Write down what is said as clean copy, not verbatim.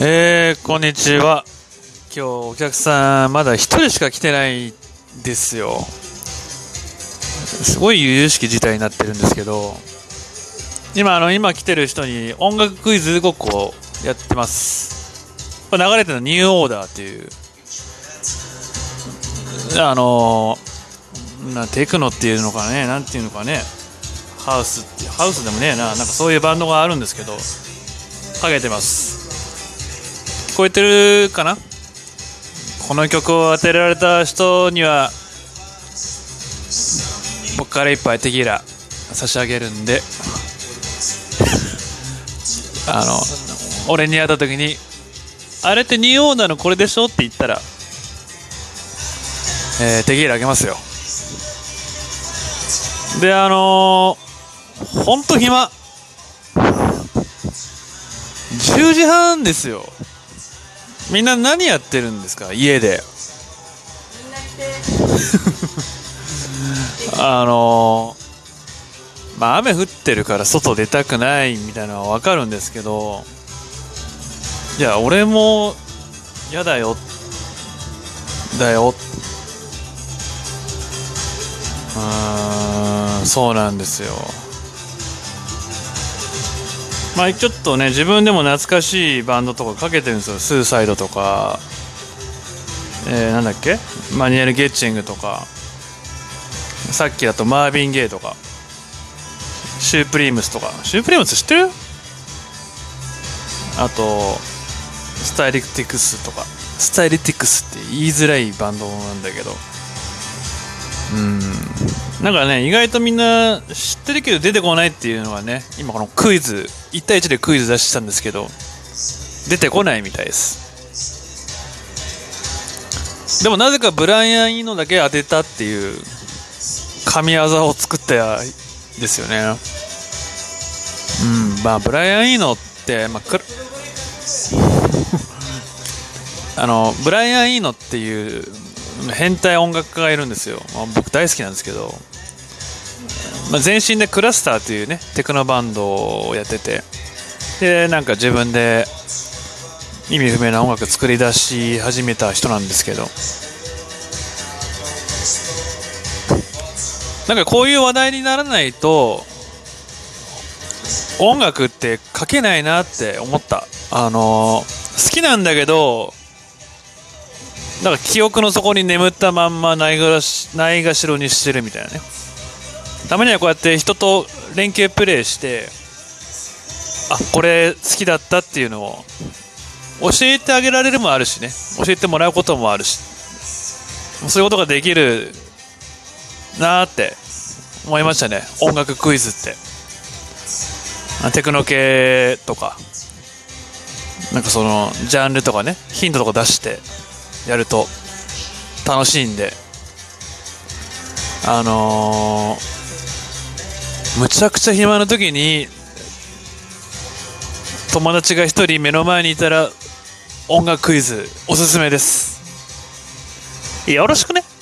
こんにちは。今日お客さんまだ一人しか来てないですよ。すごい由々しき事態になってるんですけど、今来てる人に音楽クイズごっこやってます。これ流れてるのニューオーダーっていうテクノっていうのかね、なんていうのかね、ハウスでもねえな、なんかそういうバンドがあるんですけど、かけてます。聞こえてるかな。この曲を当てられた人には僕から一杯テキーラ差し上げるんで俺に会った時にあれってニューオーダーのこれでしょって言ったら、テキーラあげますよ。でほんと暇、10時半ですよ。みんな何やってるんですか、家で。雨降ってるから外出たくないみたいなのは分かるんですけど、いや俺も嫌だよそうなんですよ。ちょっとね、自分でも懐かしいバンドとかかけてるんですよ。スーサイドとか、なんだっけ、マニュエル・ゲッチングとか、さっきだとマーヴィン・ゲイとか、シュープリームスとか。シュープリームス知ってる？あとスタイリティクスって言いづらいバンドなんだけど、なんかね、意外とみんな知ってるけど出てこないっていうのはね、今このクイズ1対1でクイズ出したんですけど出てこないみたいです。でもなぜかブライアン・イーノだけ当てたっていう神業を作ったやですよね。ブライアン・イーノって、ブライアン・イーノっていう変態音楽家がいるんですよ。僕大好きなんですけど、前身でクラスターというねテクノバンドをやってて、でなんか自分で意味不明な音楽作り出し始めた人なんですけど、なんかこういう話題にならないと音楽って書けないなって思った。好きなんだけど、なんか記憶の底に眠ったまんまないがしろにしてるみたいなね。たまにはこうやって人と連携プレイして、これ好きだったっていうのを教えてあげられるもあるしね、教えてもらうこともあるし、そういうことができるなーって思いましたね。音楽クイズってテクノ系とか、なんかそのジャンルとかね、ヒントとか出してやると楽しいんで、むちゃくちゃ暇な時に友達が一人目の前にいたら音楽クイズおすすめです。よろしくね。